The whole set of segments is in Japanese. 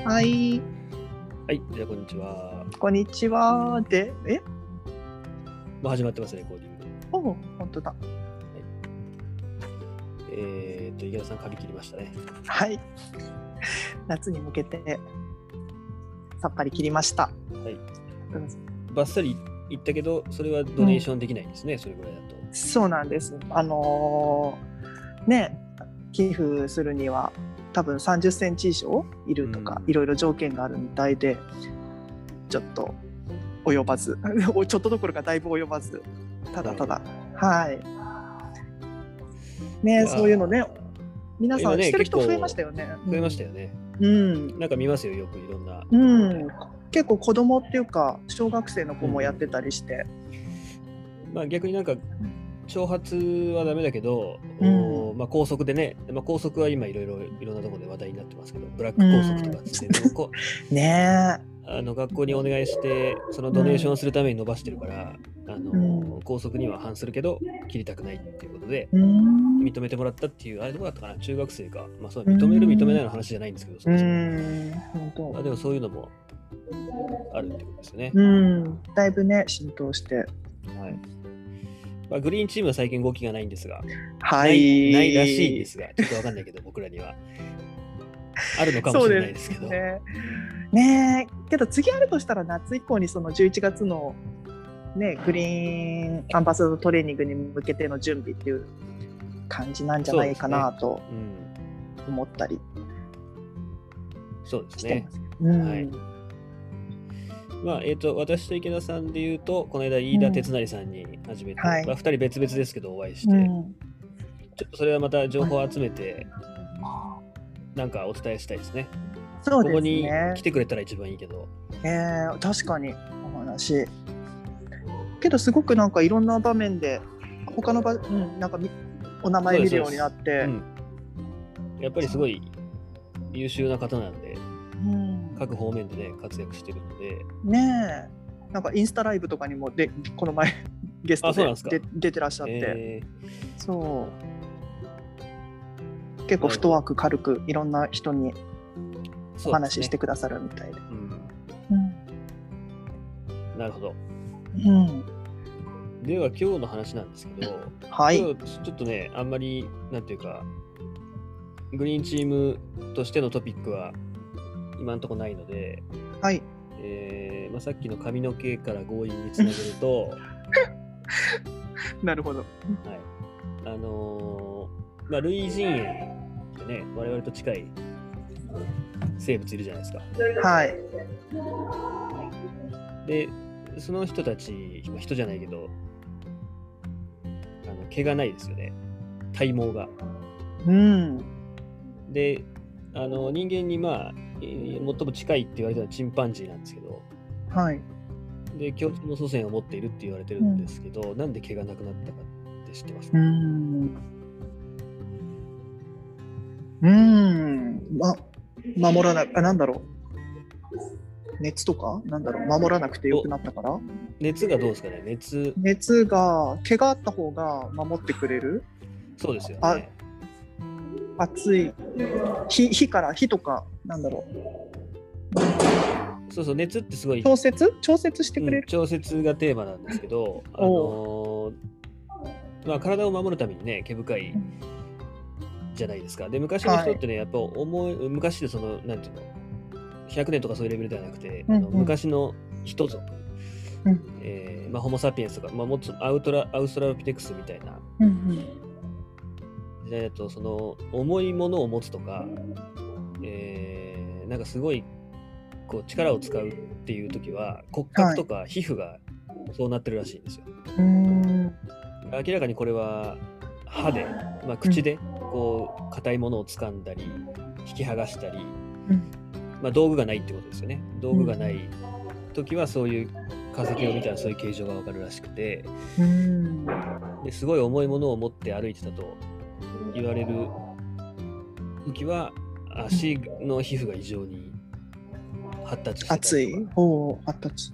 はい。 はい、じゃあこんにちは。 こんにちは。で、 もう始まってますね、コーディング。 お、本当だ。 池田さん髪切りましたね。 はい。夏に向けてさっぱり切りました。 はい。バッサリいったけど、それはドネーションできないんですね、それぐらいだと。 そうなんです。ね、寄付するには多分30センチ以上いるとか、いろいろ条件があるみたいで、ちょっと及ばず、ちょっとどころかだいぶ及ばず、ただただ、はい。ね、そういうのね、皆さんしてる人増えましたよね。 増えましたよね。なんか見ますよ、よくいろんな。 結構子供っていうか小学生の子もやってたりして、 まあ逆になんか挑発はダメだけど、まあ高速でね、まあ高速は今いろんなところで話題になってますけど、ブラック高速とかですね。 ねえ。学校にお願いしてそのドネーションするために伸ばしてるから、高速には反するけど切りたくないっていうことで認めてもらったっていう、あれどこだったかな、中学生か、まあそう認める認めないの話じゃないんですけど、そもそもでもそういうのもあるってことですよね。 だいぶね浸透して、はい。 まあ、グリーンチームは最近動きがないんですが、 はい、 ないらしいんですが、ちょっとわかんないけど僕らにはあるのかもしれないですけどねけど次あるとしたら夏以降にその11月のね、グリーンアンバサダートレーニングに向けての準備っていう感じなんじゃないかなと思ったりしてます。はい。 まあ私と池田さんでいうと、この間飯田哲成さんに初めて、まあ、2人別々ですけどお会いして、ちょっとそれはまた情報を集めて、なんかお伝えしたいですね。 そうですね。 ここに来てくれたら一番いいけど。 確かにお話。けどすごくなんかいろんな場面で他のなんかお名前見るようになって、 やっぱりすごい優秀な方なんで、各方面でね活躍してるのでねえ、なんかインスタライブとかにもこの前ゲストで出てらっしゃって、そう結構フットワーク軽くいろんな人にお話ししてくださるみたいで。 なるほど。では今日の話なんですけど、今日ちょっとねあんまりなんていうかグリーンチームとしてのトピックは今のところないので、 はい。 まあ、さっきの髪の毛から強引につなげるとなるほど。 はい。まあ類人猿ってね我々と近い生物いるじゃないですか。 はい。 でその人たち、人じゃないけど毛がないですよね、体毛が。で人間にまあ最も近いって言われたのはチンパンジーなんですけど、 はい。 で共通の祖先を持っているって言われてるんですけど、なんで毛がなくなったかって知ってますか？ 守らななんだろう、熱とかなんだろう、守らなくてよくなったから。 熱がどうですかね。 熱が毛があった方が守ってくれる。 そうですよね。 暑い火とかなんだろう。そう熱ってすごい調節してくれる、 調節がテーマなんですけど、まあ、体を守るためにね毛深いじゃないですか。で昔の人ってね、やっぱ昔でそのなんていうの100年とかそういうレベルではなくて、昔の人族、まあ、ホモ・サピエンスとか、まあ、もっとアウストラロピテクスみたいな時代だと、その重いものを持つとか、なんかすごいこう力を使うっていう時は骨格とか皮膚がそうなってるらしいんですよ。明らかにこれは歯で、まあ、口でこう硬いものを掴んだり引き剥がしたり、まあ、道具がないってことですよね。道具がない時はそういう化石を見たらそういう形状が分かるらしくて、ですごい重いものを持って歩いてたと言われる時は足の皮膚が異常に発達してたりとか。 熱い発達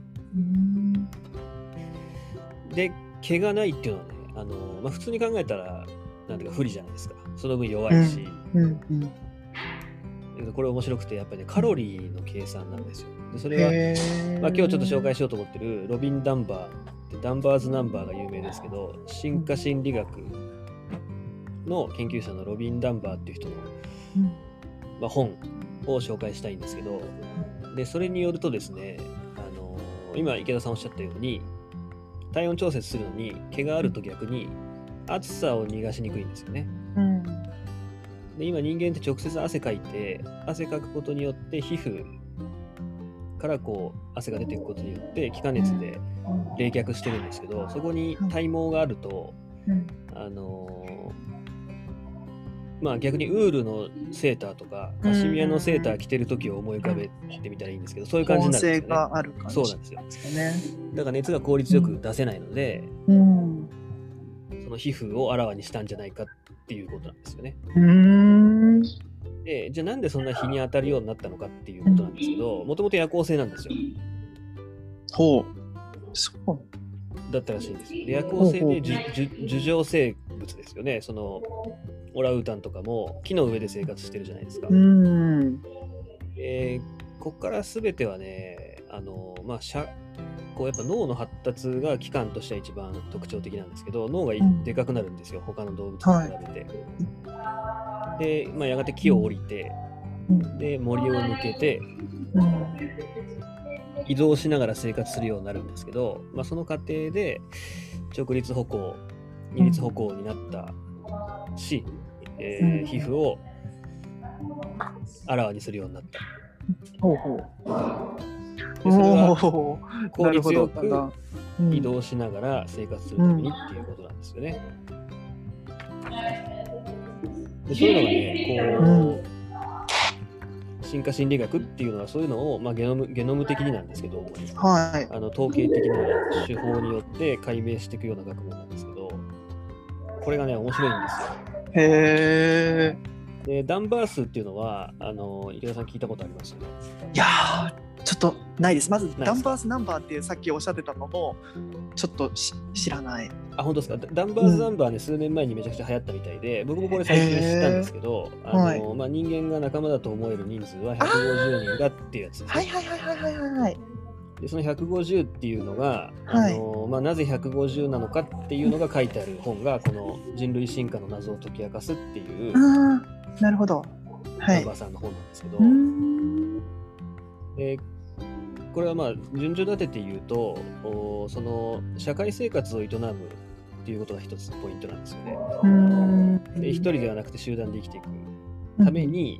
で毛がないっていうのはね、まあ、普通に考えたらなんていうか不利じゃないですか。その分弱いし、 これ面白くて、やっぱりね、カロリーの計算なんですよ。でそれは、まあ、今日ちょっと紹介しようと思ってるロビン・ダンバーってダンバーズナンバーが有名ですけど、進化心理学の研究者のロビン・ダンバーっていう人の、まあ、本を紹介したいんですけど、でそれによるとですね、今池田さんおっしゃったように体温調節するのに毛があると逆に暑さを逃がしにくいんですよね。で今人間って直接汗かいて、汗かくことによって皮膚からこう汗が出ていくことによって気化熱で冷却してるんですけど、そこに体毛があると、まあ逆にウールのセーターとかカシミヤのセーター着てる時を思い浮かべてみたらいいんですけど、そういう感じになるんですよね。 がある感じ。 そうなんですよ。だから熱が効率よく出せないので、その皮膚をあらわにしたんじゃないかっていうことなんですよね。でじゃあなんでそんな日に当たるようになったのかっていうことなんですけど、もともと夜行性なんですよ。 ほう。そうだったらしいんですよ。で夜行性で樹状生物ですよね。そのオランウータンとかも木の上で生活してるじゃないですか。ここから全てはね、まあこうやっぱ脳の発達が器官としては一番特徴的なんですけど、脳がでかくなるんですよ、他の動物と比べて。で、まあ、やがて木を降りて、で森を抜けて、移動しながら生活するようになるんですけど、まあ、その過程で直立歩行、二立歩行になったし、皮膚をあらわにするようになった。でそれは効率よく移動しながら生活するためにっていうことなんですよね。でそういうのがね、こう進化心理学っていうのはそういうのを、まあ、ゲノム的になんですけど、統計的な手法によって解明していくような学問なんですけど、これがね面白いんですよ。 へー。でダンバー数っていうのは池田さん聞いたことありますよね？ いやーちょっとないです。まずダンバースナンバーっていうさっきおっしゃってたのもちょっと知らない。 あ、本当ですか。ダンバーズナンバーね、数年前にめちゃくちゃ流行ったみたいで、僕もこれ最近知ったんですけど、まあ、人間が仲間だと思える人数は150人だっていうやつですね。でその150っていうのが、まあ、なぜ150なのかっていうのが書いてある本がこの人類進化の謎を解き明かすっていうなるほど、 ダンバーさんの本なんですけど、これはまあ順序立てて言うと、その社会生活を営むっていうことが一つポイントなんですよね。で一人ではなくて集団で生きていくために、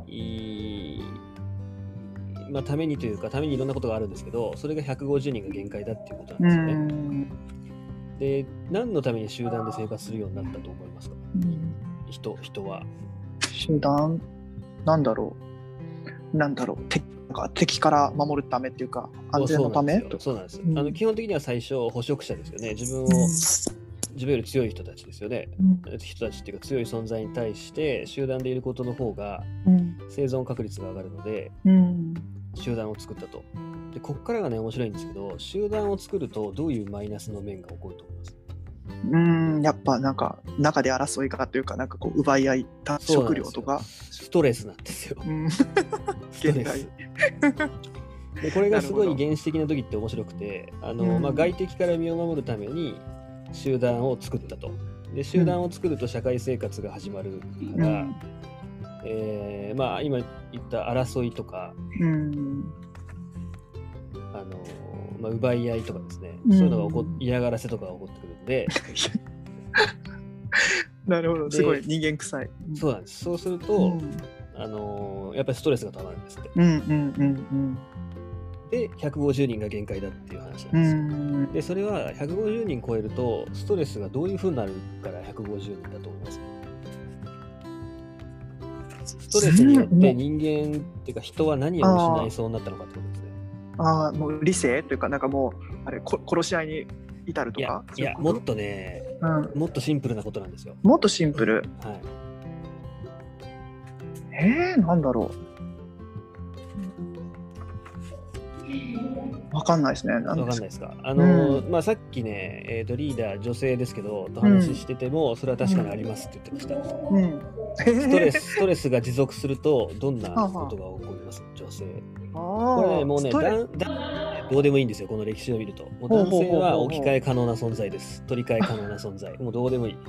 まあためにというかためにいろんなことがあるんですけど、それが150人が限界だっていうことなんですよね。で何のために集団で生活するようになったと思いますか？人は。 集団なんだろう敵から守るためっていうか安全のため。 そうなんです。基本的には最初捕食者ですよね。自分より強い人たちですよね。人たちっていうか強い存在に対して集団でいることの方が生存確率が上がるので、集団を作ったと。でこっからがね面白いんですけど、集団を作るとどういうマイナスの面が起こると思います？ やっぱなんか中で争いがというか、なんかこう奪い合いた食料とかストレスなんですよ。ストレスでこれがすごい原始的な時って面白くて、まあ、外敵から身を守るために集団を作ったと。で集団を作ると社会生活が始まるから、まあ今言った争いとか、まあ、奪い合いとかですね、そういうのが嫌がらせとかが起こってくるんでなるほど、すごい人間臭い。 そうなんです。そうすると、やっぱりストレスがたまるんですって。で150人が限界だっていう話なんですよ。でそれは150人超えるとストレスがどういう風になるから150人だと思いますか？ストレスによって人間っていうか人は何を失いそうになったのかってことですね。 もう理性というか、なんかもうあれ殺し合いに至るとか。 いやもっとね、もっとシンプルなことなんですよ。 もっとシンプル。なんだろう。わわかんないですね。 わかんないすですか。さっきね、リーダー女性ですけど、と話してても、それは確かにありますって言ってました。ストレスが持続すると、どんなことが起こります、女性。これね、もうね、どうでもいいんですよ、この歴史を見ると。もう男性は置き換え可能な存在です。取り替え可能な存在。もうどうでもいい。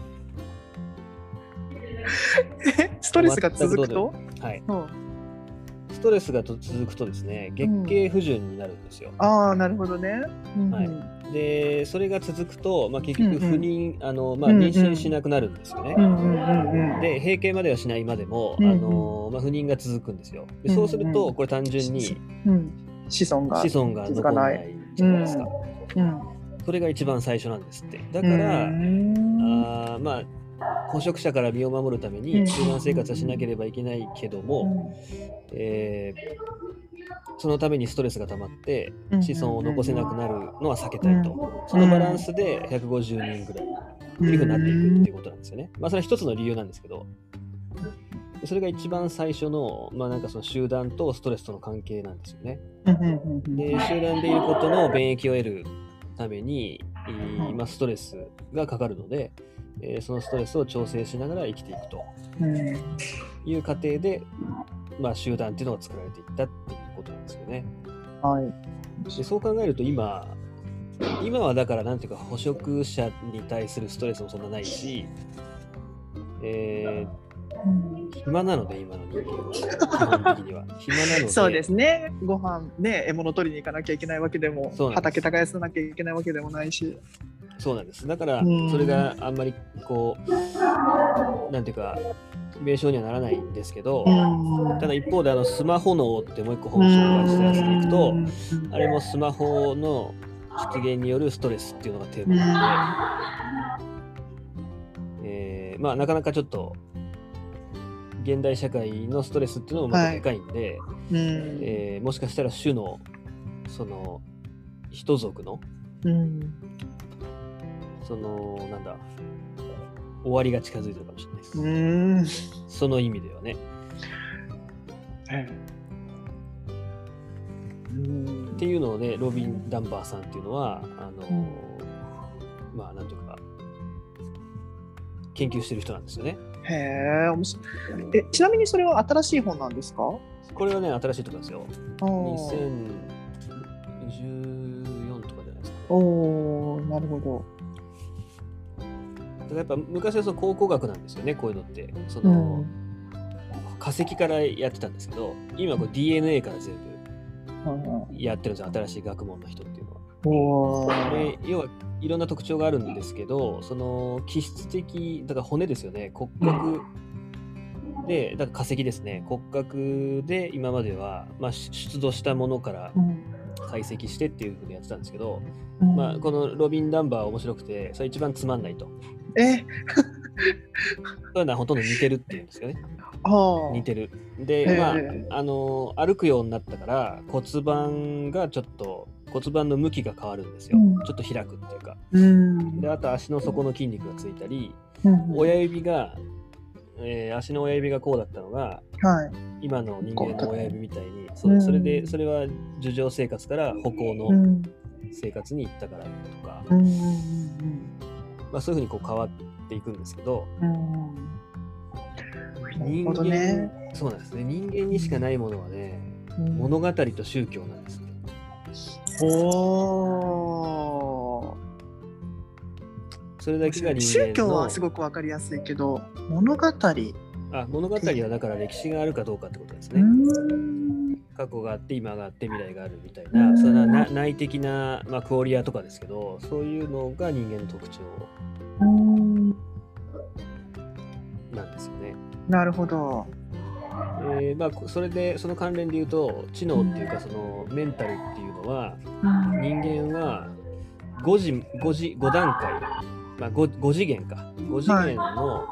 ストレスが続くと、 はい。ストレスが続くとですね、月経不順になるんですよ。 ああ、なるほどね。 はい。で、それが続くと、結局不妊、妊娠しなくなるんですよね。で、閉経まではしないまでも、不妊が続くんですよ。で、そうすると、これ単純に子孫が残らないじゃないですか。それが一番最初なんですって。だから、捕食者から身を守るために集団生活はしなければいけないけども、そのためにストレスが溜まって子孫を残せなくなるのは避けたいと、そのバランスで150人ぐらいっていうふうになっていくっていうことなんですよね。それは一つの理由なんですけど、それが一番最初の、なんかその集団とストレスとの関係なんですよね。で、集団でいることの便益を得るために、ストレスがかかるので、そのストレスを調整しながら生きていくという過程で、集団っていうのが作られていったっていうことなんですよね。でそう考えると今はだからなんていうか捕食者に対するストレスもそんなないし、暇なので今の人間は基本的には暇なのでそうですね、ご飯ね、獲物取りに行かなきゃいけないわけでも、畑耕さなきゃいけないわけでもないし。 そうなんです。だからそれがあんまりこうなんていうか名称にはならないんですけど、ただ一方でスマホ脳ってもう一個本紹介したやつでいくと、あれもスマホの出現によるストレスっていうのがテーマなので、なかなかちょっと現代社会のストレスっていうのもまたでかいんで、もしかしたら種のその人族の、そのなんだ終わりが近づいてるかもしれないです。その意味ではね。っていうのでロビン・ダンバーさんっていうのはなんていうか研究してる人なんですよね。 へえ、面白い。ちなみにそれは新しい本なんですか？ これはね、新しいところですよ。2014とかじゃないですか。 おー、なるほど。 やっぱ昔はその考古学なんですよね、こういうのって。その、化石からやってたんですけど、今こう DNA から全部やってるんですよ、新しい学問の人っていうのは。で要はいろんな特徴があるんですけど、その基質的、だから骨ですよね、骨格で、だから化石ですね、骨格で今までは、出土したものから解析してっていうふうにやってたんですけど、このロビン・ダンバーは面白くて、それ一番つまんないと。そういうのはほとんど似てるっていうんですよね。似てる。で、歩くようになったから骨盤の向きが変わるんですよ。ちょっと開くっていうか。で、あと足の底の筋肉がついたり、親指が、足の親指がこうだったのが、今の人間の親指みたいに、それは樹状生活から歩行の生活に行ったからとか、そういうふうにこう変わっていくんですけど、人間、そうなんですね。人間にしかないものはね、物語と宗教なんですね。それだけが人間の宗教はすごくわかりやすいけど、物語はだから歴史があるかどうかってことですね。過去があって今があって未来があるみたいな、それは内的な、クオリアとかですけど、そういうのが人間の特徴なんですよね。 なるほど。 それでその関連で言うと、知能っていうかそのメンタルっていうのは、人間は5段階、5次元か、5次元の、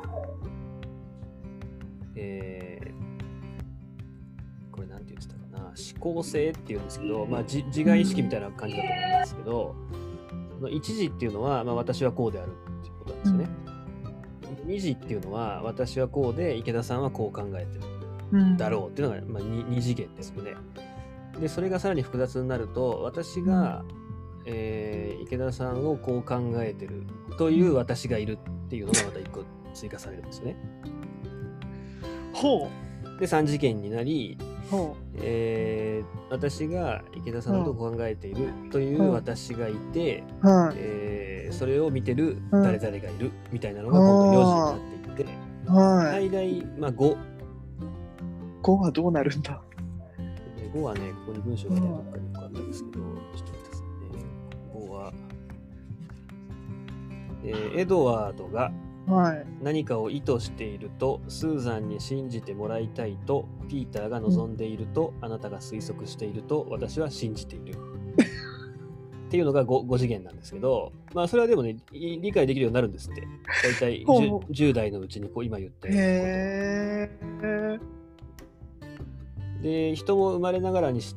これなんて言ってたかな、思考性っていうんですけど、自我意識みたいな感じだと思うんですけど、その1次っていうのは、私はこうであるっていうことなんですよね。2次っていうのは、私はこうで池田さんはこう考えてるだろうっていうのが、2次元ですよね。 でそれがさらに複雑になると、私が、池田さんをこう考えてるという私がいるっていうのがまた1個追加されるんですよね。 ほで3次元になり、 ほ私が池田さんのことを考えているという私がいて、それを見てる誰々がいるみたいなのが今度4時になっていって、最大、5。 5はどうなるんだ。 5はね、ここに文章がね、どっかにあったんですけど、ちょっと待ってくださいね。5は、エドワードが何かを意図していると、スーザンに信じてもらいたいと、ピーターが望んでいると、あなたが推測していると、私は信じている。っていうのが 5次元なんですけど、まあそれはでもね、理解できるようになるんですって。大体 10代のうちにこう今言ったようなこと。で、人も生まれながらにして、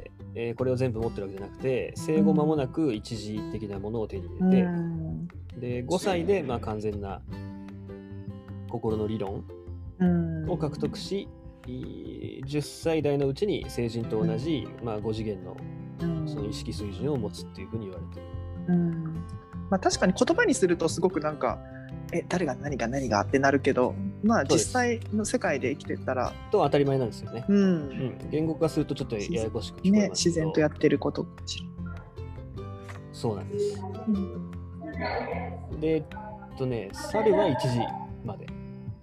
これを全部持ってるわけじゃなくて、生後間もなく一時的なものを手に入れて、で5歳でまあ完全な心の理論を獲得し、10歳代のうちに成人と同じ、まあ、5次元のその意識水準を持つっていうふうに言われてる。 まあ、確かに言葉にするとすごくなんか誰が何がってなるけど、まあ実際の世界で生きてたらと当たり前なんですよね。言語化するとちょっとややこしく聞こえますけど、 自然とやってることかもしれない。 そうなんです。で猿は1時まで。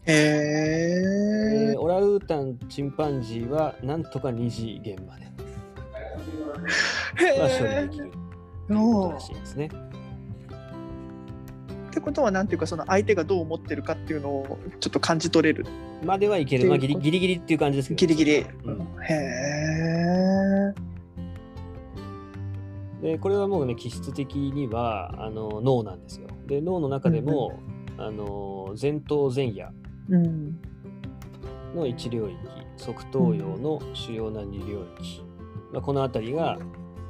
オランウータン、チンパンジーはなんとか2次元までは処理できるということらしいですね。 ってことはなんていうか、その相手がどう思ってるかっていうのをちょっと感じ取れるまではいける。まあギリギリっていう感じですけど、 ギリギリ。へえ。でこれはもうね、気質的には脳なんですよ。で脳の中でも、前頭前野の1領域、側頭葉の主要な2領域、まあ、この辺りが、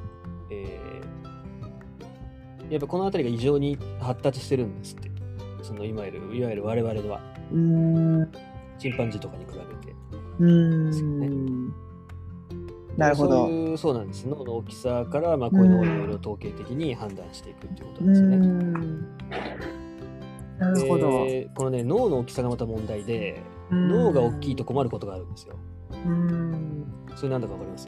やっぱこの辺りが異常に発達してるんですって。そのいわゆる我々はチンパンジーとかに比べてですよね。 なるほど。 そうなんです。脳の大きさから、まあ、こういうのをいろいろ統計的に判断していくっていうことですよね。 なるほど。 このね、脳の大きさがまた問題で、脳が大きいと困ることがあるんですよ。それなんだかわかります？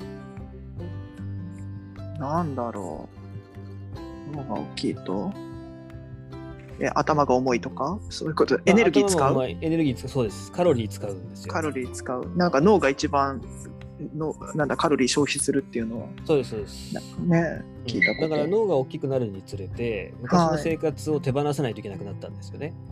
なんだろう。脳が大きいと頭が重いとかそういうこと。エネルギー使う？ エネルギー使う。そうです。カロリー使うんですよ。 カロリー使う。なんか脳が一番なんだカロリー消費するっていうのは。 そうですそうです。 ね、聞いたこと。 だから脳が大きくなるにつれて昔の生活を手放さないといけなくなったんですよね。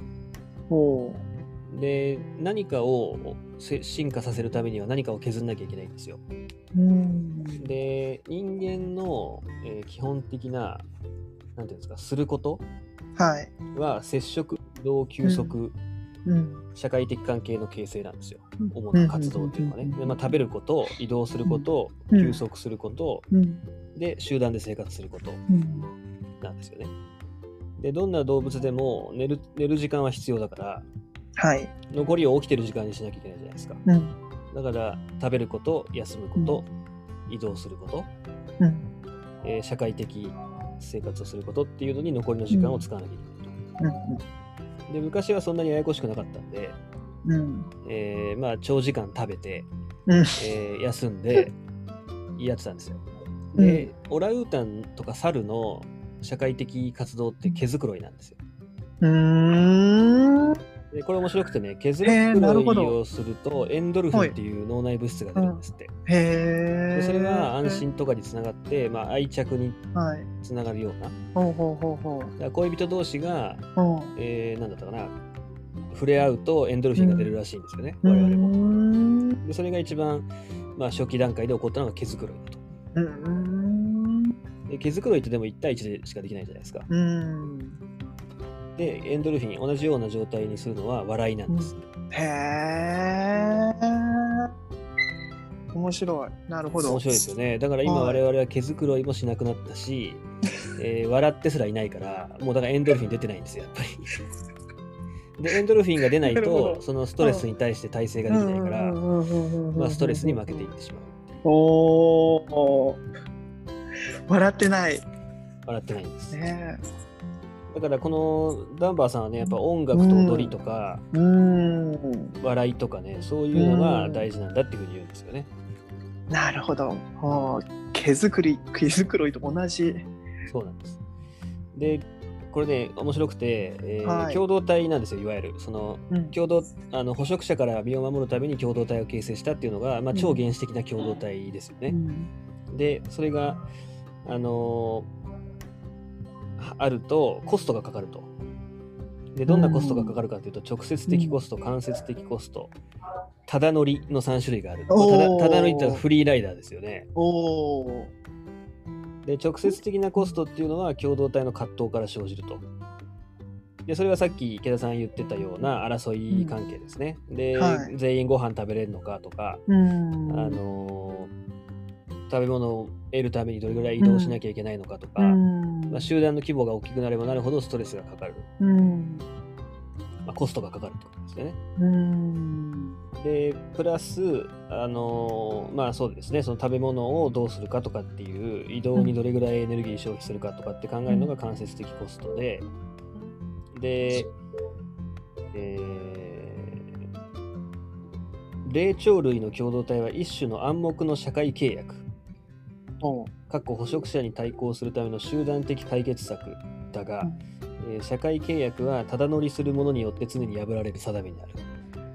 で何かを進化させるためには何かを削らなきゃいけないんですよ。で人間の、基本的ななんていうんですか、することは接触、移動、休息、社会的関係の形成なんですよ。主な活動っていうのはね。で、まあ、食べること、移動すること、休息すること、で集団で生活することなんですよね。でどんな動物でも寝る時間は必要だから、残りを起きてる時間にしなきゃいけないじゃないですか。だから食べること、休むこと、移動すること、社会的生活をすることっていうのに残りの時間を使わなきゃいけないと。で昔はそんなにややこしくなかったんで、まあ長時間食べて、休んでやってたんですよ。でオランウータンとか猿の社会的活動って毛づくろいなんですよ。でこれ面白くてね、毛づくろいをするとエンドルフィンっていう脳内物質が出るんですって。でそれは安心とかにつながって、まあ、愛着につながるような、だから恋人同士が、なんだったかな、触れ合うとエンドルフィンが出るらしいんですよね、我々も。でそれが一番、まあ、初期段階で起こったのが毛づくろいだと。で毛づくろいってでも1対1でしかできないじゃないですか。でエンドルフィン同じような状態にするのは笑いなんです。 面白い。なるほど。 面白いですよね。だから今我々は毛づくろいもしなくなったし、笑ってすらいないから、もうだからエンドルフィン出てないんですよ、やっぱり。でエンドルフィンが出ないとそのストレスに対して耐性ができないから、まあ、ストレスに負けていってしまうっていうおお、笑ってない。 笑ってないんです。 ね、 だからこのダンバーさんはね、やっぱ音楽と踊りとか、笑いとかね、そういうのが大事なんだっていうふうに言うんですよね。 なるほど。毛づくろいと同じ。 そうなんです。で、これね、面白くて、共同体なんですよ、いわゆる。その、捕食者から身を守るために共同体を形成したっていうのが、超原始的な共同体ですよね。で、それが、あるとコストがかかると。で、どんなコストがかかるかというと、直接的コスト、間接的コスト、ただ乗りの3種類がある。ただ乗りってフリーライダーですよね。で、直接的なコストっていうのは共同体の葛藤から生じると。で、それはさっき池田さん言ってたような争い関係ですね。で、全員ご飯食べれるのかとか、食べ物を得るためにどれぐらい移動しなきゃいけないのかとか、集団の規模が大きくなればなるほどストレスがかかる。コストがかかるってことですよね。で、プラス、そうですね、その食べ物をどうするかとかっていう、移動にどれぐらいエネルギー消費するかとかって考えるのが間接的コストで、霊長類の共同体は一種の暗黙の社会契約。捕食者に対抗するための集団的解決策だが、社会契約はただ乗りする者によって常に破られる定めにある。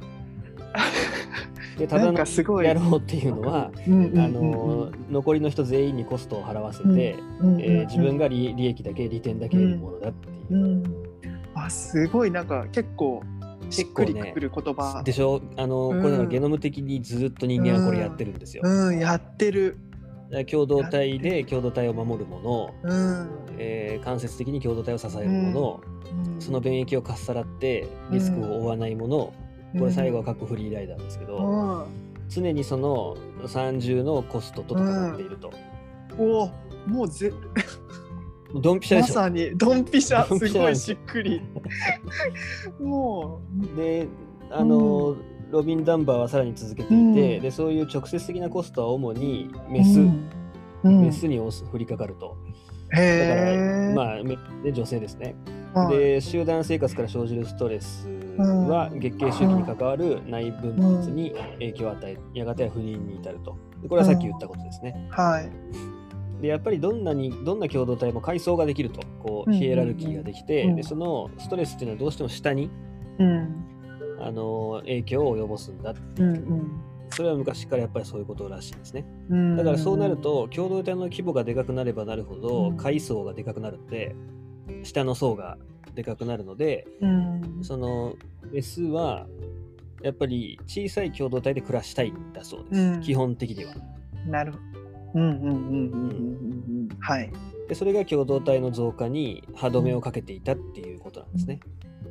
で、ただ乗りやろうっていうのは、残りの人全員にコストを払わせて、自分が利益だけ利点だけ得るものだっていう。 すごいなんか結構しっくりくる言葉でしょ。これなんかゲノム的にずっと人間はこれやってるんですよ。 やってる。 共同体で共同体を守るもの、間接的に共同体を支えるもの、その便益をかっさらってリスクを負わないもの、これ最後は各フリーライダーですけど、常にその三重のコストと戦っていると。 もうドンピシャでしょ。 まさにドンピシャ、すごいしっくり。もうでロビン・ダンバーはさらに続けていて、でそういう直接的なコストは主にメスに降りかかると。だから女性ですね。で集団生活から生じるストレスは月経周期に関わる内分泌に影響を与え、やがては不妊に至ると。でこれはさっき言ったことですね。でやっぱりどんな共同体も階層ができると、こうヒエラルキーができて、でそのストレスっていうのはどうしても下に、影響を及ぼすんだっていう、それは昔からやっぱりそういうことらしいですね。だからそうなると共同体の規模がでかくなればなるほど階層がでかくなるので、下の層がでかくなるので、そのメスはやっぱり小さい共同体で暮らしたいんだそうです、基本的には。 なるほど。 でそれが共同体の増加に歯止めをかけていたっていうことなんですね。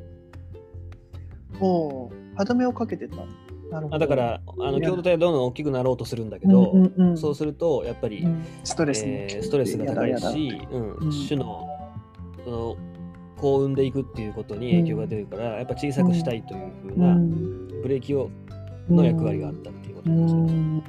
歯止めをかけてた。なるほど。 だから共同体はどんどん大きくなろうとするんだけど、そうするとやっぱりストレスが高いし、種のその幸運でいくっていうことに影響が出るから、やっぱ小さくしたいというふうなブレーキの役割があったっていうことなんですよね。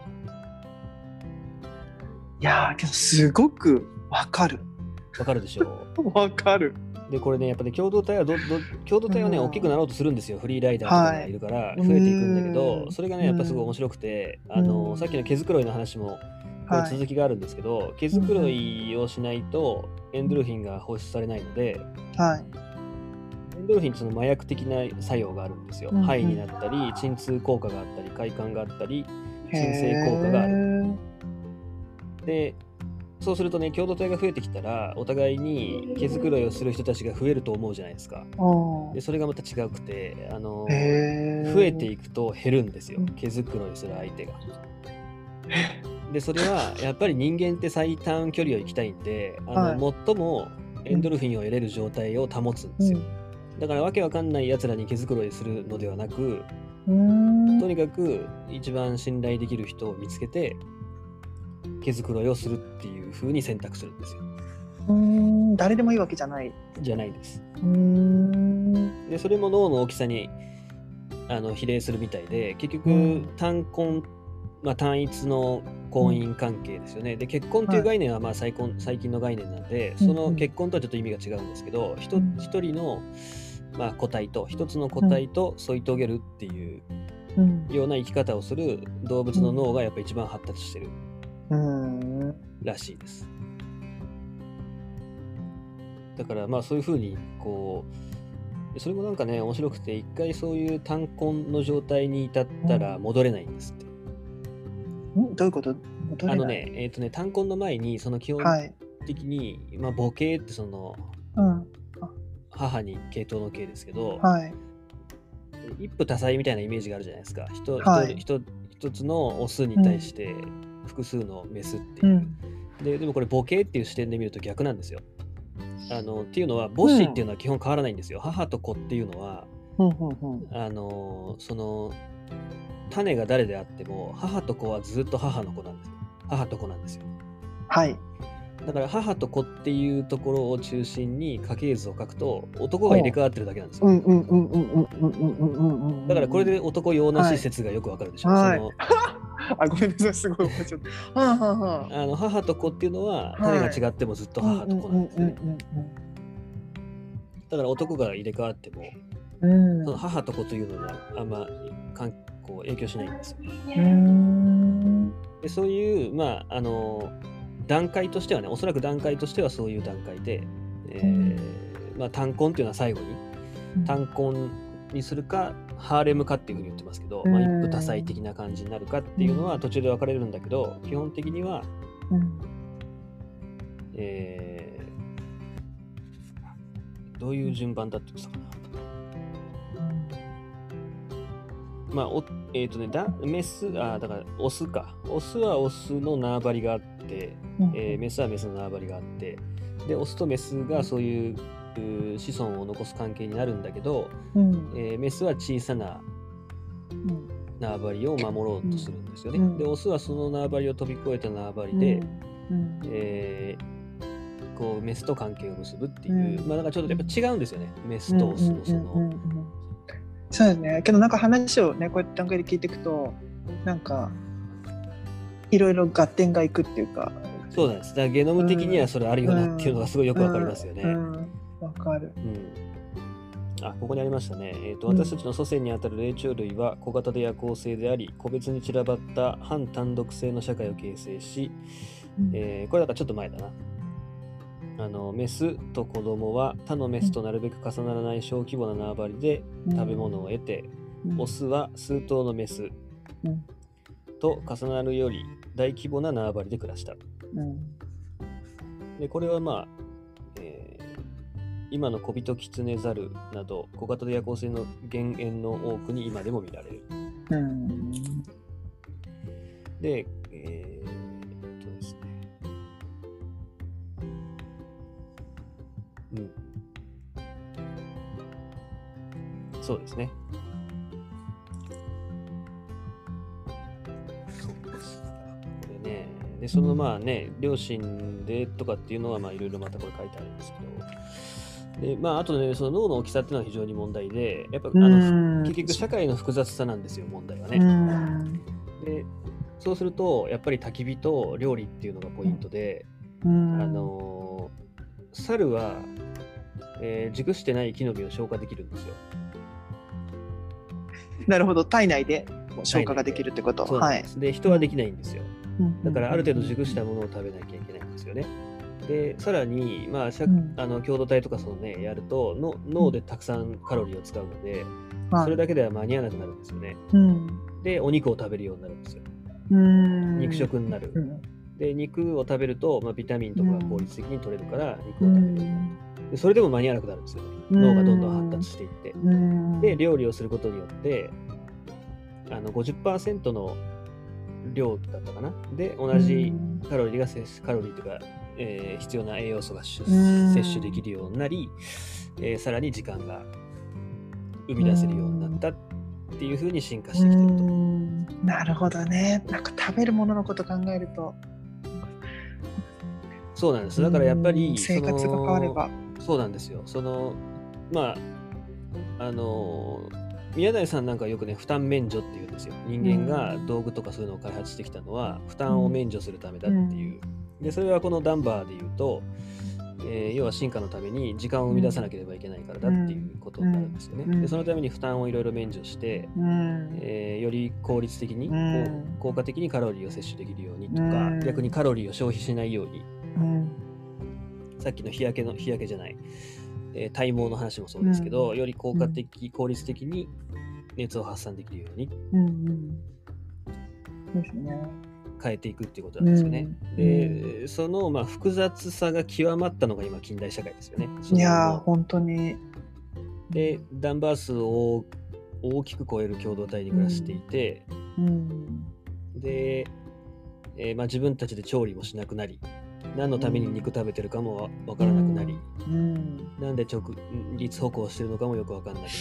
いやけどすごくわかる。 わかるでしょう。 わかる。 でこれねやっぱり共同体はね大きくなろうとするんですよ。フリーライダーとかがいるから増えていくんだけど、それがねやっぱすごい面白くて、さっきの毛づくろいの話もこれ続きがあるんですけど、毛づくろいをしないとエンドルフィンが放出されないので、エンドルフィンってその麻薬的な作用があるんですよ。ハイになったり鎮痛効果があったり快感があったり鎮静効果がある。でそうするとね共同体が増えてきたらお互いに毛づくろいをする人たちが増えると思うじゃないですか。でそれがまた違くて増えていくと減るんですよ、毛づくろいする相手が。でそれはやっぱり人間って最短距離を行きたいんで最もエンドルフィンを得れる状態を保つんですよ。だからわけわかんないやつらに毛づくろいするのではなく、とにかく一番信頼できる人を見つけて毛づくろいをするっていう風に選択するんですよ。 誰でもいいわけじゃない。 じゃないです。でそれも脳の大きさに比例するみたいで、結局単一の婚姻関係ですよね。で、結婚という概念はまあ最近の概念なんで、その結婚とはちょっと意味が違うんですけど、一人のまあ個体と、一つの個体と添い遂げるっていうような生き方をする動物の脳がやっぱ一番発達してるらしいです。だからまあそういうふうにこう、それもなんかね面白くて、一回そういう単婚の状態に至ったら戻れないんですって。 どういうこと？ 単婚の前にその基本的に、まあ母系ってその、母に系統の系ですけど、一夫多妻みたいなイメージがあるじゃないですか。一つのオスに対して複数のメスっていう、でもこれ母系っていう視点で見ると逆なんですよ。っていうのは母子っていうのは基本変わらないんですよ。母と子っていうのは、その種が誰であっても母と子はずっと母と子なんですよ。はい。だから母と子っていうところを中心に家系図を書くと男が入れ替わってるだけなんですよ。だからこれで男用なし説がよくわかるでしょ。 ごめんなさい、すごい面白い。 母と子っていうのは種が違ってもずっと母と子なんですよね。だから男が入れ替わっても、その母と子というのにはあんま影響しないんですよ。でそういうまあ段階としてはね、おそらく段階としてはそういう段階で、まあ単婚っていうのは最後に単婚にするかハーレムかっていうふうに言ってますけど、まあ、一夫多妻的な感じになるかっていうのは途中で分かれるんだけど、基本的には、どういう順番だって言ってたかな。まあメスだからオスか。オスはオスの縄張りがあって、メスはメスの縄張りがあって、でオスとメスがそういう子孫を残す関係になるんだけど、メスは小さな縄張りを守ろうとするんですよね。でオスはその縄張りを飛び越えた縄張りで、こうメスと関係を結ぶっていう、まあなんかちょっとやっぱ違うんですよね、メスとオスのその。 そうですね。けどなんか話をねこうやって段階で聞いていくと、なんかいろいろ合点がいくっていうか。 そうなんです。だからゲノム的にはそれあるよなっていうのがすごいよくわかりますよね。 わかる。 ここにありましたね。私たちの祖先にあたる霊長類は小型で夜行性であり、個別に散らばった反単独性の社会を形成し、これだからちょっと前だな。メスと子供は他のメスとなるべく重ならない小規模な縄張りで食べ物を得て、オスは数頭のメスと重なるより大規模な縄張りで暮らした。でこれはまあ、今の小人キツネザルなど小型で夜行性の原猿の多くに今でも見られる。で、ですね。そうですね。そうです。これね、でそのまあね、両親でとかっていうのはまあいろいろまたこれ書いてあるんですけど、でまああとね、その脳の大きさっていうのは非常に問題で、やっぱ結局社会の複雑さなんですよ、問題はね。でそうするとやっぱり焚き火と料理っていうのがポイントで、猿は、熟してない木の実を消化できるんですよ。 なるほど、体内で消化ができるってこと。 そうなんです。で人はできないんですよ。だからある程度熟したものを食べなきゃいけないんですよね。でさらに、まあ共同体とかそのねやると脳でたくさんカロリーを使うので、それだけでは間に合わなくなるんですよね。でお肉を食べるようになるんですよ。肉食になる。で肉を食べると、まあ、ビタミンとか効率的に取れるから肉を食べる。でそれでも間に合わなくなるんですよね。脳がどんどん発達していって。で料理をすることによって50% の量だったかなで同じカロリーというか、必要な栄養素が摂取できるようになり、さらに時間が生み出せるようになったっていう風に進化してきてると。 なるほどね。なんか食べるもののこと考えるとそうなんです。だからやっぱり生活が変わればそうなんですよ。まあ宮台さんなんかよくね、負担免除って言うんですよ。人間が道具とかそういうのを開発してきたのは、負担を免除するためだっていう。で、それはこのダンバーで言うと、要は進化のために時間を生み出さなければいけないからだっていうことになるんですよね。でそのために負担をいろいろ免除して、より効率的に、効果的にカロリーを摂取できるようにとか、逆にカロリーを消費しないように、さっきの日焼けじゃない、体毛の話もそうですけど、より効果的、効率的に熱を発散できるようにですね。 変えていくっていうことなんですよね。で、その複雑さが極まったのが今近代社会ですよね。 いやー本当に。 で、ダンバー数を大きく超える共同体に暮らしていて、で、自分たちで調理もしなくなり、何のために肉食べてるかもわからなくなり、なんで直立歩行してるのかもよくわからなくな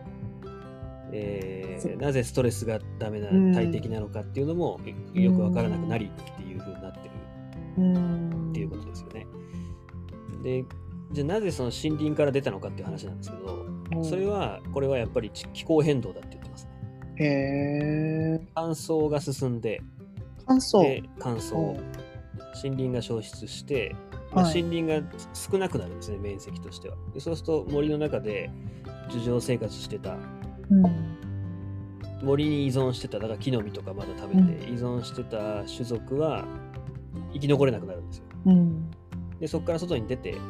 り、なぜストレスがダメな大敵なのかっていうのもよくわからなくなりっていう風になってるっていうことですよね。で、じゃあなぜその森林から出たのかっていう話なんですけど、これはやっぱり気候変動だって言ってますね。乾燥が進んで、乾燥、森林が消失して、森林が少なくなるんですね、面積としては。でそうすると森の中で樹上生活してた、森に依存してた、だから木の実とかまだ食べて依存してた種族は生き残れなくなるんですよ。でそこから外に出て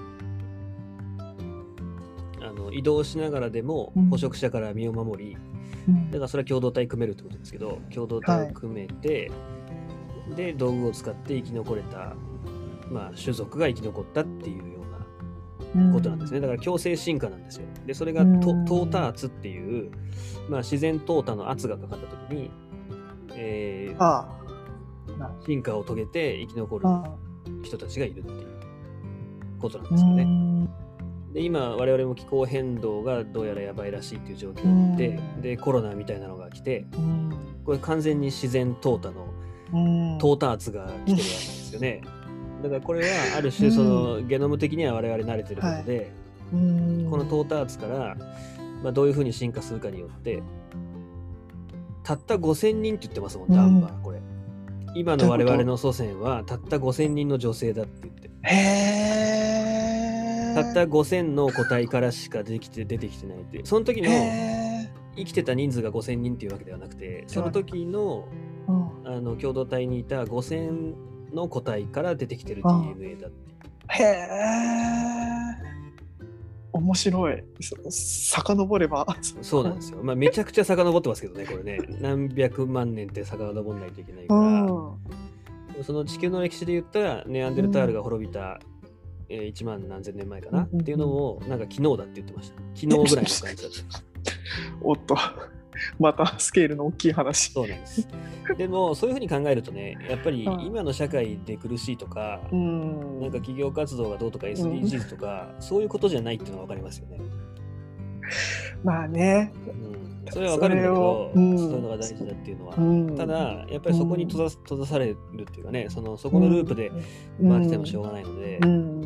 移動しながらでも捕食者から身を守り、だからそれは共同体組めるってことですけど、共同体を組めて、で道具を使って生き残れた、種族が生き残ったっていうようなことなんですね。だから共生進化なんですよ。でそれが淘汰圧っていう、自然淘汰の圧がかかった時に、進化を遂げて生き残る人たちがいるっていうことなんですよね。で今我々も気候変動がどうやらやばいらしいっていう状況で、コロナみたいなのが来て、これ完全に自然淘汰の淘汰圧が来てるわけですよね。だからこれはある種そのゲノム的には我々慣れてることで、この淘汰圧から、どういうふうに進化するかによってたった5000人って言ってますもん、ダンバー。これ今の我々の祖先はたった5000人の女性だって言って、たった5000の個体からしか出てきてないって、その時の生きてた人数が5000人っていうわけではなくて、その時の共同体にいた5000の個体から出てきてる DNA だって。 面白い。遡ればそうなんですよ。めちゃくちゃ遡ってますけどね、これね。何百万年って遡らないといけないから、その地球の歴史で言ったらネアンデルタールが滅びた、1万何千年前かな、っていうのもなんか昨日だって言ってました。昨日ぐらいの感じだった。 おっと、またスケールの大きい話。 そうなんです。でもそういうふうに考えるとね、やっぱり今の社会で苦しいとか、なんか企業活動がどうとか SDGs とか、そういうことじゃないっていうのは分かりますよね。それは分かるんだけど、そういうのが大事だっていうのは、ただやっぱりそこに閉ざされるっていうかね、そこのループで回っててもしょうがないので、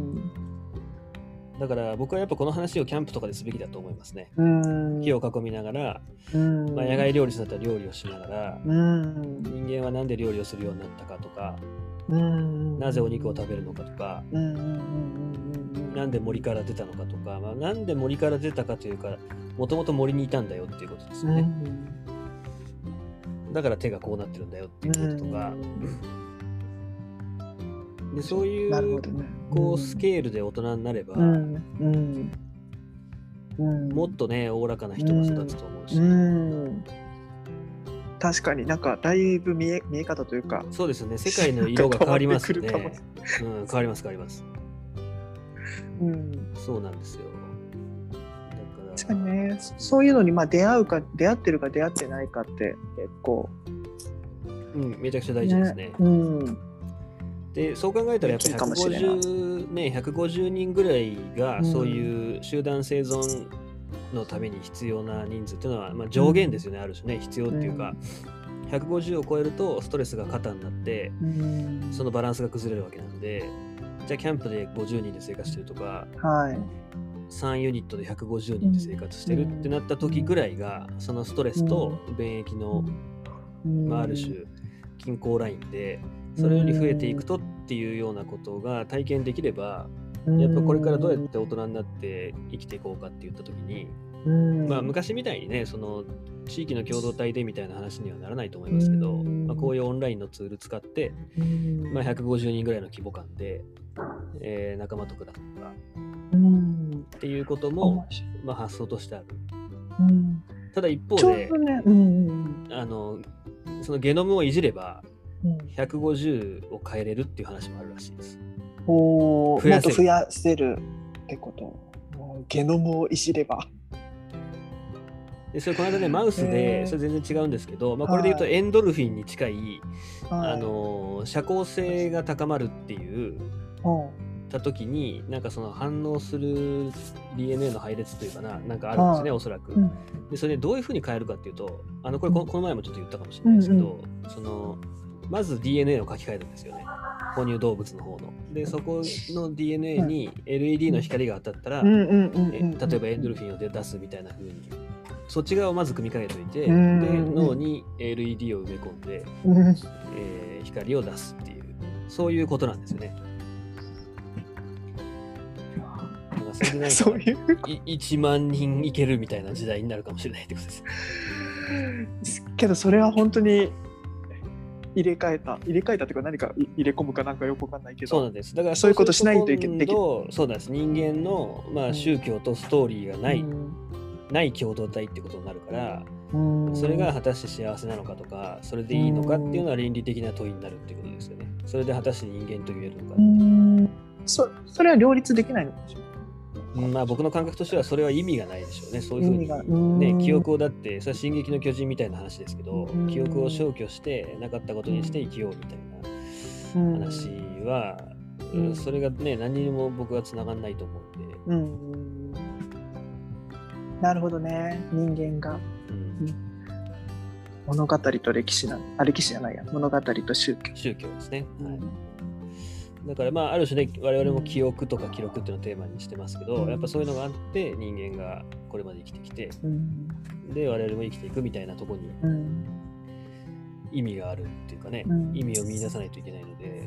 だから僕はやっぱこの話をキャンプとかですべきだと思いますね。火を囲みながら、野外料理だったら料理をしながら、人間はなんで料理をするようになったかとか、なぜお肉を食べるのかとか、なんで森から出たのかとか、なんで森から出たかというか、もともと森にいたんだよっていうことですよね。だから手がこうなってるんだよっていうこととか、でそういうこうスケールで大人になれば、もっとねおおらかな人が育つと思うし、 確かになんかだいぶ見え方というか、 そうですね、世界の色が変わりますよね。変わります。そうなんですよ。 確かにね、そういうのに出会ってるか出会ってないかって結構、 めちゃくちゃ大事ですね。でそう考えたらやっぱり150人ぐらいがそういう集団生存のために必要な人数っていうのは、上限ですよね、ある種ね、必要っていうか、150を超えるとストレスが過多になって、そのバランスが崩れるわけなので、じゃあキャンプで50人で生活してるとか、 3ユニットで150人で生活してるってなった時ぐらいが、そのストレスと便益の、ある種均衡ラインで、それより増えていくとっていうようなことが体験できれば、やっぱこれからどうやって大人になって生きていこうかって言った時に、昔みたいにね、その地域の共同体でみたいな話にはならないと思いますけど、こういうオンラインのツール使って、150人ぐらいの規模感で、仲間と暮らすとか、っていうことも、発想としてある。ただ一方で、そのゲノムをいじれば、150を変えれるっていう話もあるらしいです。 もっと増やせるってこと。ゲノムをいじれば。 でそれこの間ね、マウスでそれ全然違うんですけど、これで言うとエンドルフィンに近い、社交性が高まるっていうた時に、なんかその反応する DNA の配列というかなんかあるんですね、おそらく。でそれでどういうふうに変えるかっていうと、これこの前もちょっと言ったかもしれないですけど、そのまず DNA を書き換えるんですよね、哺乳動物の方の。でそこの DNA に LED の光が当たったら、例えばエンドルフィンを出すみたいな風に、そっち側をまず組み替えておいて、で脳に LED を埋め込んで、光を出すっていう、そういうことなんですよね。それでなんかそういう1万人いけるみたいな時代になるかもしれないってことです。 けどそれは本当に入れ替えたっていうか、何か入れ込むかなんかよくわかんないけど、 そうなんです。だからそういうことしないといけない。 そうなんです。人間の、宗教とストーリーがない共同体ってことになるから、それが果たして幸せなのかとか、それでいいのかっていうのは倫理的な問いになるってことですよね。それで果たして人間と言えるのか。 それは両立できないのでしょう。 僕の感覚としてはそれは意味がないでしょうね。そういうふうに、ね、記憶をだって、それは進撃の巨人みたいな話ですけど、記憶を消去してなかったことにして生きようみたいな話は、それがね、何にも僕は繋がんないと思うんで。 なるほどね。人間が、物語と歴史歴史じゃないや、物語と宗教ですね。だからある種ね、我々も記憶とか記録っていうのをテーマにしてますけど、やっぱそういうのがあって人間がこれまで生きてきて、で我々も生きていくみたいなところに意味があるっていうかね、意味を見出さないといけないので、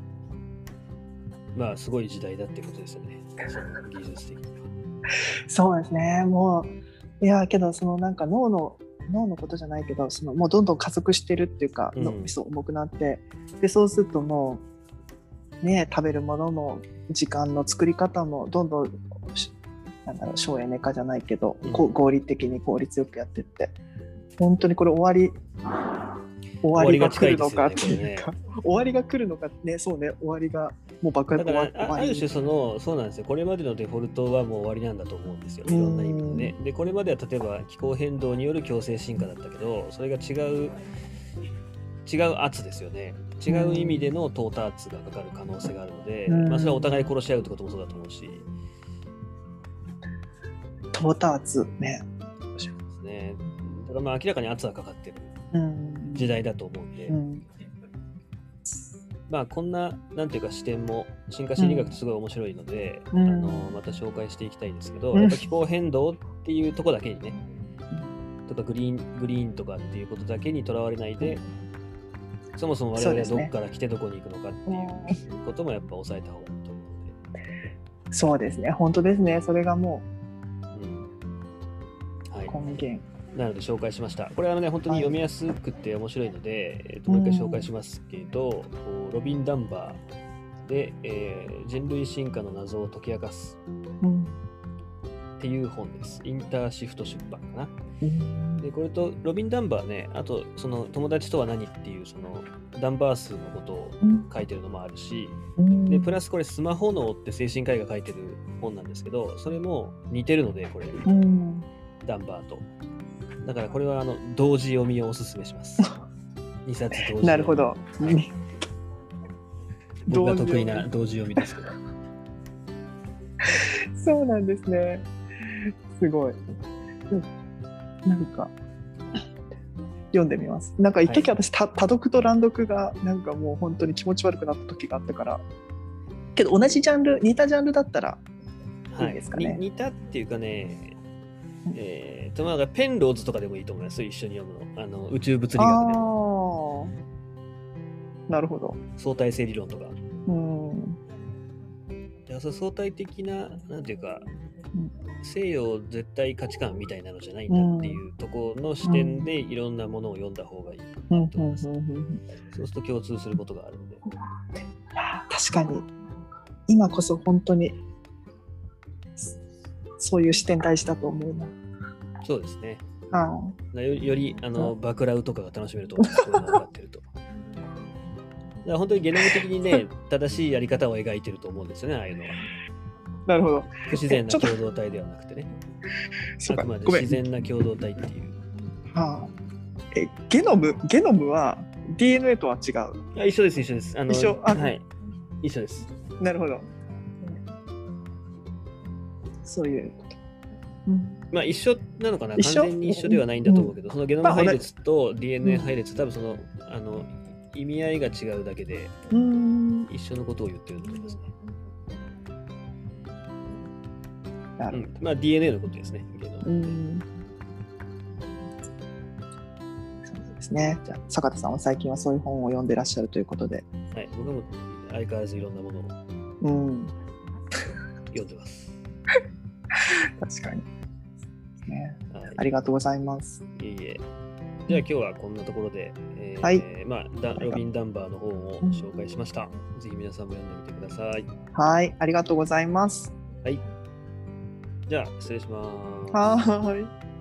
すごい時代だっていうことですよね、その技術的には。 そうですね。もういやけど、そのなんか脳のことじゃないけど、そのもうどんどん加速してるっていうか、脳みそ重くなって、でそうするともうね、食べるものの時間の作り方もどんどん省エネ化じゃないけど、合理的に効率よくやってって、本当にこれ終わりが来るのかっていうか、終わりが来るのかね、そうね、終わりがもう爆発終わり。 ある種そうなんですよ。これまでのデフォルトはもう終わりなんだと思うんですよ。いろんな意味でね。でこれまでは例えば気候変動による強制進化だったけど、それが違う圧ですよね。違う意味での淘汰圧がかかる可能性があるので、それはお互い殺し合うってこともそうだと思うし。 淘汰圧ね。 そうですね。だから明らかに圧はかかってる時代だと思うんで、こんななんていうか視点も進化心理学ってすごい面白いので、また紹介していきたいんですけど、やっぱ気候変動っていうところだけにね、とかグリーンとかっていうことだけにとらわれないで、そもそも我々はどこから来てどこに行くのかっていうこともやっぱ抑えた方がいいと思うので。 そうですね、本当ですね。それがもう、根源なので紹介しました。これはね、本当に読みやすくて面白いので、もう一回紹介しますけど、ロビン・ダンバーで、人類進化の謎を解き明かすっていう本です。インターシフト出版かな。でこれとロビン・ダンバーね、あとその友達とは何っていうそのダンバー数のことを書いてるのもあるし、でプラスこれスマホ脳って精神科医が書いてる本なんですけど、それも似てるので、これダンバーとだからこれは同時読みをおすすめします。2冊同時。 なるほど。 僕が得意な同時読みですけど。 そうなんですね。すごい。なんか読んでみます。なんか一時私、多読と乱読がなんかもう本当に気持ち悪くなった時があったから。けど同じジャンル、似たジャンルだったらいいですかね。 似たっていうかね、まあペンローズとかでもいいと思います。一緒に読むの。宇宙物理学でも。 なるほど。 相対性理論とか。 いや、 相対的な、なんていうか、西洋絶対価値観みたいなのじゃないんだっていうところの視点でいろんなものを読んだ方がいいと思います。そうすると共通することがあるので。 確かに今こそ本当にそういう視点大事だと思うな。 そうですね。よりバクラウとかが楽しめると思います。これが分かってると。だから本当にゲノム的にね、正しいやり方を描いてると思うんですよね、ああいうのは。 なるほど。 不自然な共同体ではなくてね。あくまで自然な共同体っていう。 ゲノムは DNA とは違う？ 一緒です、一緒です。 一緒？ はい。一緒です。 なるほど。そういうこと。 まあ一緒なのかな、完全に一緒ではないんだと思うけど、そのゲノム配列と DNA 配列、多分その意味合いが違うだけで、一緒のことを言ってると思いますね。まあ DNA のことですね。 そうですね。じゃあ坂田さんは最近はそういう本を読んでらっしゃるということで。 はい、僕も相変わらずいろんなものを読んでます。 確かに。ありがとうございます。 いえいえ。じゃあ今日はこんなところで、まあ、ロビン・ダンバーの本を紹介しました。ぜひ皆さんも読んでみてください。 はい、ありがとうございます。 はい。じゃあ失礼します。 はい。